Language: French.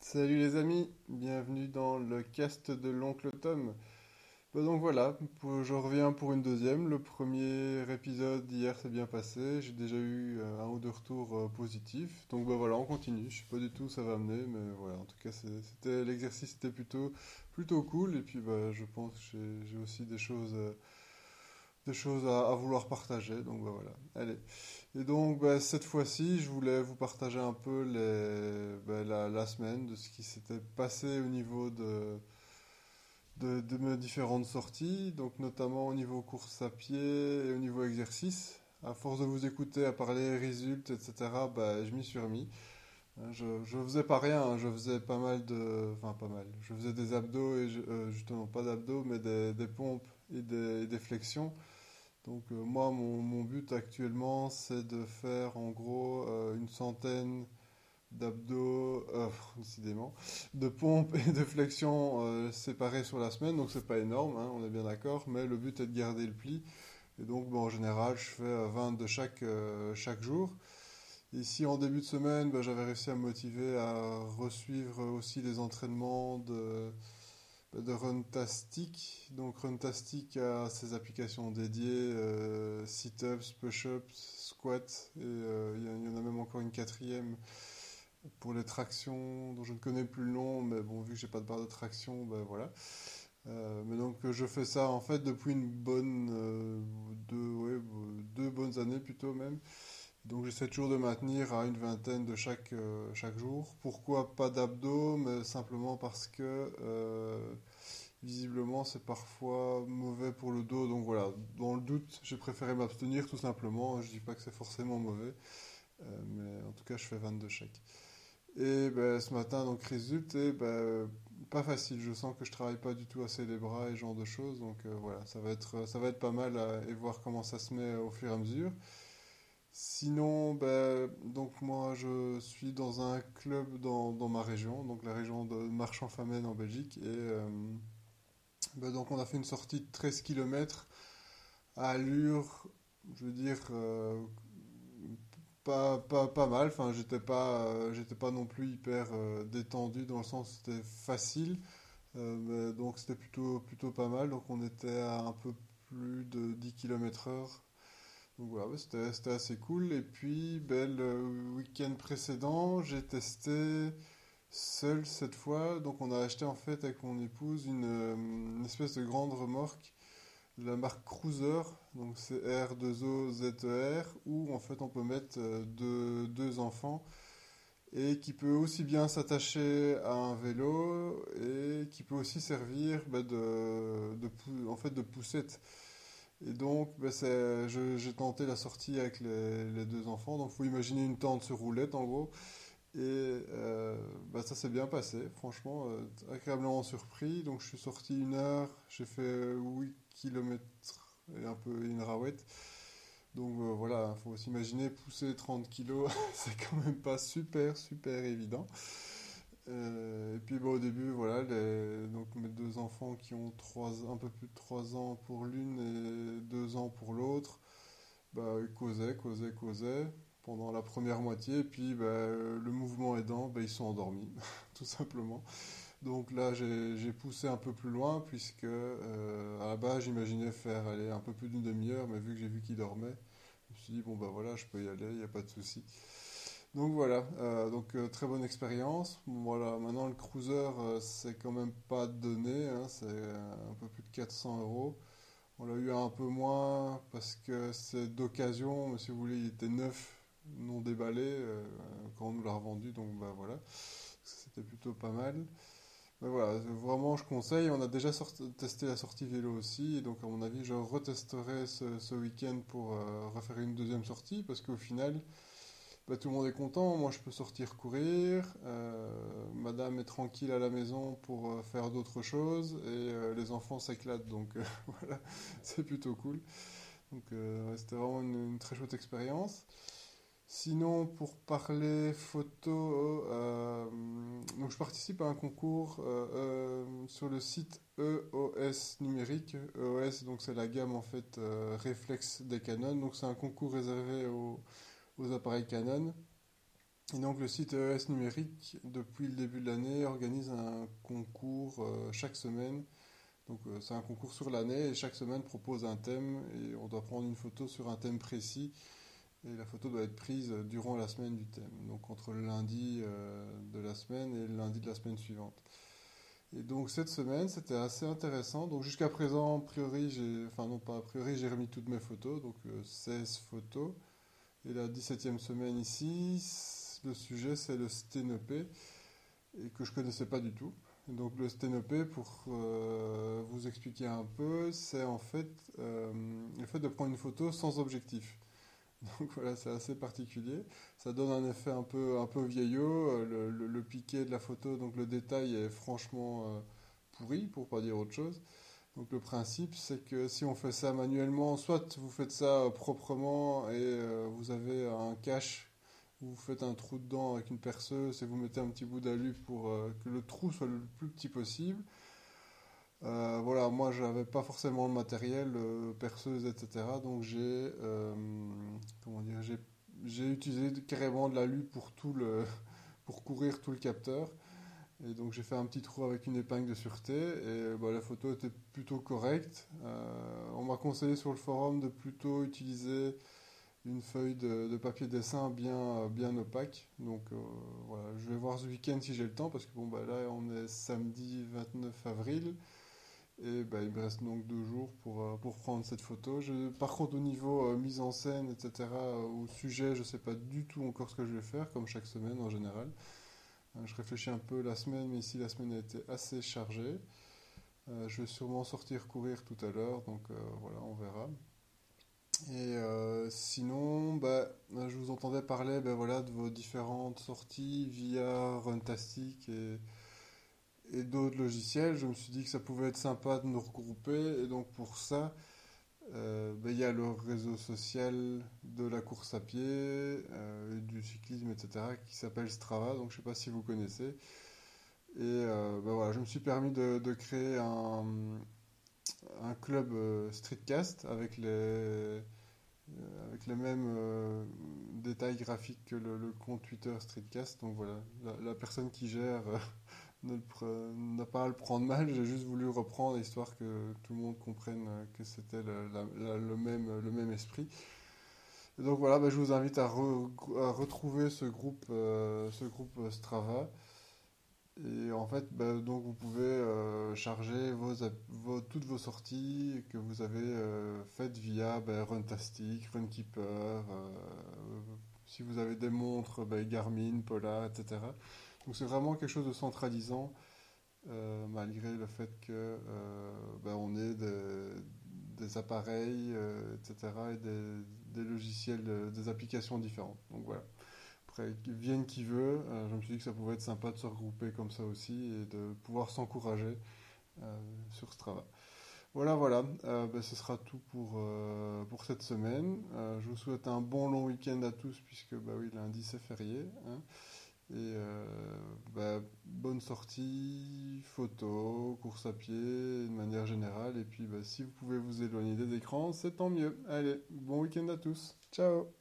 Salut les amis, bienvenue dans le cast de l'oncle Tom. Donc voilà, je reviens pour une deuxième. Le premier épisode d'hier s'est bien passé, j'ai déjà eu un ou deux retours positifs. Donc voilà, on continue. Je sais pas du tout où ça va amener, mais voilà, en tout cas l'exercice était plutôt cool. Et puis je pense que j'ai aussi des choses à vouloir partager. Donc voilà, allez. Et donc, cette fois-ci, je voulais vous partager un peu la semaine de ce qui s'était passé au niveau de mes différentes sorties, donc notamment au niveau course à pied et au niveau exercice. À force de vous écouter à parler résultats, etc., je m'y suis remis. Je faisais pas rien, hein, je faisais pas mal enfin pas mal. Je faisais des abdos et justement pas d'abdos, mais des pompes et des flexions. Donc moi, mon but actuellement, c'est de faire en gros une centaine d'abdos, décidément, de pompes et de flexions séparées sur la semaine. Donc c'est pas énorme, hein, on est bien d'accord, mais le but est de garder le pli. Et donc en général, je fais 20 de chaque jour. Ici, en début de semaine, j'avais réussi à me motiver à resuivre aussi les entraînements de Runtastic. Donc Runtastic a ses applications dédiées, sit-ups, push-ups, squats, et il y en a même encore une quatrième pour les tractions dont je ne connais plus le nom, mais bon, vu que j'ai pas de barre de traction, voilà. Mais donc je fais ça en fait depuis une bonne deux bonnes années plutôt même. Donc j'essaie toujours de maintenir à une vingtaine de chaque jour. Pourquoi pas d'abdos, mais simplement parce que visiblement c'est parfois mauvais pour le dos. Donc voilà, dans le doute, j'ai préféré m'abstenir tout simplement. Je dis pas que c'est forcément mauvais, mais en tout cas je fais 22 chaque. Et ce matin, donc résulte, et pas facile. Je sens que je travaille pas du tout assez les bras et ce genre de choses. Donc voilà, ça va être pas mal et voir comment ça se met au fur et à mesure. Sinon, donc moi je suis dans un club dans ma région, donc la région de Marchand-Famenne en Belgique. Et donc on a fait une sortie de 13 km à allure, je veux dire, pas mal. Enfin, j'étais pas non plus hyper détendu dans le sens où c'était facile. Donc c'était plutôt pas mal. Donc on était à un peu plus de 10 km heure. Donc voilà, c'était assez cool. Et puis le week-end précédent, j'ai testé seul cette fois. Donc on a acheté en fait avec mon épouse une espèce de grande remorque de la marque Cruiser. Donc c'est R2O-ZER, où en fait on peut mettre deux enfants et qui peut aussi bien s'attacher à un vélo et qui peut aussi servir en fait de poussette. Et donc, j'ai tenté la sortie avec les deux enfants. Donc, faut imaginer une tente sur roulette en gros. Et ça s'est bien passé, franchement, agréablement surpris. Donc, je suis sorti une heure, j'ai fait 8 km et un peu une rouette. Donc, voilà, faut s'imaginer pousser 30 kilos, c'est quand même pas super évident. Et puis au début, voilà, donc mes deux enfants qui ont un peu plus de 3 ans pour l'une et 2 ans pour l'autre, ils causaient pendant la première moitié. Et puis le mouvement aidant, ils sont endormis, tout simplement. Donc là, j'ai poussé un peu plus loin, puisque à la base, j'imaginais faire aller un peu plus d'une demi-heure, mais vu que j'ai vu qu'ils dormaient, je me suis dit, bon voilà, je peux y aller, il n'y a pas de souci. Donc voilà, très bonne expérience. Bon, voilà, maintenant le cruiser, c'est quand même pas donné, hein, c'est un peu plus de 400 euros. On l'a eu un peu moins parce que c'est d'occasion, mais si vous voulez, il était neuf, non déballé quand on nous l'a revendu, donc voilà, c'était plutôt pas mal. Mais voilà, vraiment je conseille. On a déjà testé la sortie vélo aussi, et donc à mon avis, je retesterai ce week-end pour refaire une deuxième sortie parce qu'au final, tout le monde est content, moi je peux sortir courir, madame est tranquille à la maison pour faire d'autres choses, et les enfants s'éclatent, donc voilà, c'est plutôt cool. Donc ouais, c'était vraiment une très chouette expérience. Sinon, pour parler photo, donc je participe à un concours sur le site EOS numérique. EOS, donc c'est la gamme en fait réflexe des Canon, donc c'est un concours réservé aux appareils Canon. Et donc le site ES Numérique, depuis le début de l'année, organise un concours chaque semaine. Donc c'est un concours sur l'année et chaque semaine propose un thème et on doit prendre une photo sur un thème précis et la photo doit être prise durant la semaine du thème. Donc entre le lundi de la semaine et le lundi de la semaine suivante. Et donc cette semaine c'était assez intéressant. Donc jusqu'à présent, a priori, enfin non pas a priori, j'ai remis toutes mes photos, donc 16 photos. Et la 17e semaine ici, le sujet c'est le sténopé et que je connaissais pas du tout. Donc le sténopé, pour vous expliquer un peu, c'est en fait le fait de prendre une photo sans objectif. Donc voilà, c'est assez particulier. Ça donne un effet un peu vieillot. Le piqué de la photo, donc le détail est franchement pourri, pour pas dire autre chose. Donc le principe, c'est que si on fait ça manuellement, soit vous faites ça proprement et vous avez un cache, vous faites un trou dedans avec une perceuse et vous mettez un petit bout d'alu pour que le trou soit le plus petit possible. Voilà, moi j'avais pas forcément le matériel, perceuse, etc. Donc comment dire, j'ai utilisé carrément de l'alu pour pour couvrir tout le capteur. Et donc j'ai fait un petit trou avec une épingle de sûreté et bah, la photo était plutôt correcte. On m'a conseillé sur le forum de plutôt utiliser une feuille de papier dessin bien opaque. Donc voilà, je vais voir ce week-end si j'ai le temps parce que bon bah là on est samedi 29 avril et bah, il me reste donc 2 jours pour prendre cette photo. Par contre au niveau mise en scène etc. Au sujet je sais pas du tout encore ce que je vais faire comme chaque semaine en général. Je réfléchis un peu la semaine, mais ici la semaine a été assez chargée. Je vais sûrement sortir courir tout à l'heure, donc voilà, on verra. Et sinon, bah, je vous entendais parler ben, voilà, de vos différentes sorties via Runtastic et d'autres logiciels. Je me suis dit que ça pouvait être sympa de nous regrouper, et donc pour ça, ben, il y a le réseau social de la course à pied, du cyclisme, etc., qui s'appelle Strava, donc je ne sais pas si vous connaissez. Et ben voilà, je me suis permis de créer un club streetcast avec les mêmes détails graphiques que le compte Twitter streetcast. Donc voilà, la personne qui gère n'a pas à le prendre mal, j'ai juste voulu reprendre histoire que tout le monde comprenne que c'était le même esprit. Et donc voilà, ben, je vous invite à retrouver ce groupe Strava. Et en fait, bah, donc vous pouvez charger toutes vos sorties que vous avez faites via bah, Runtastic, Runkeeper, si vous avez des montres, bah, Garmin, Polar, etc. Donc c'est vraiment quelque chose de centralisant, malgré le fait que bah, on ait des appareils, etc. et des logiciels, des applications différentes. Donc voilà. Après, vienne qui veut, je me suis dit que ça pouvait être sympa de se regrouper comme ça aussi et de pouvoir s'encourager sur Strava. Voilà, voilà, ben, ce sera tout pour cette semaine. Je vous souhaite un bon long week-end à tous puisque bah oui, lundi c'est férié, hein. Et bah, bonne sortie, photo, course à pied, de manière générale. Et puis bah, si vous pouvez vous éloigner des écrans, c'est tant mieux. Allez, bon week-end à tous. Ciao!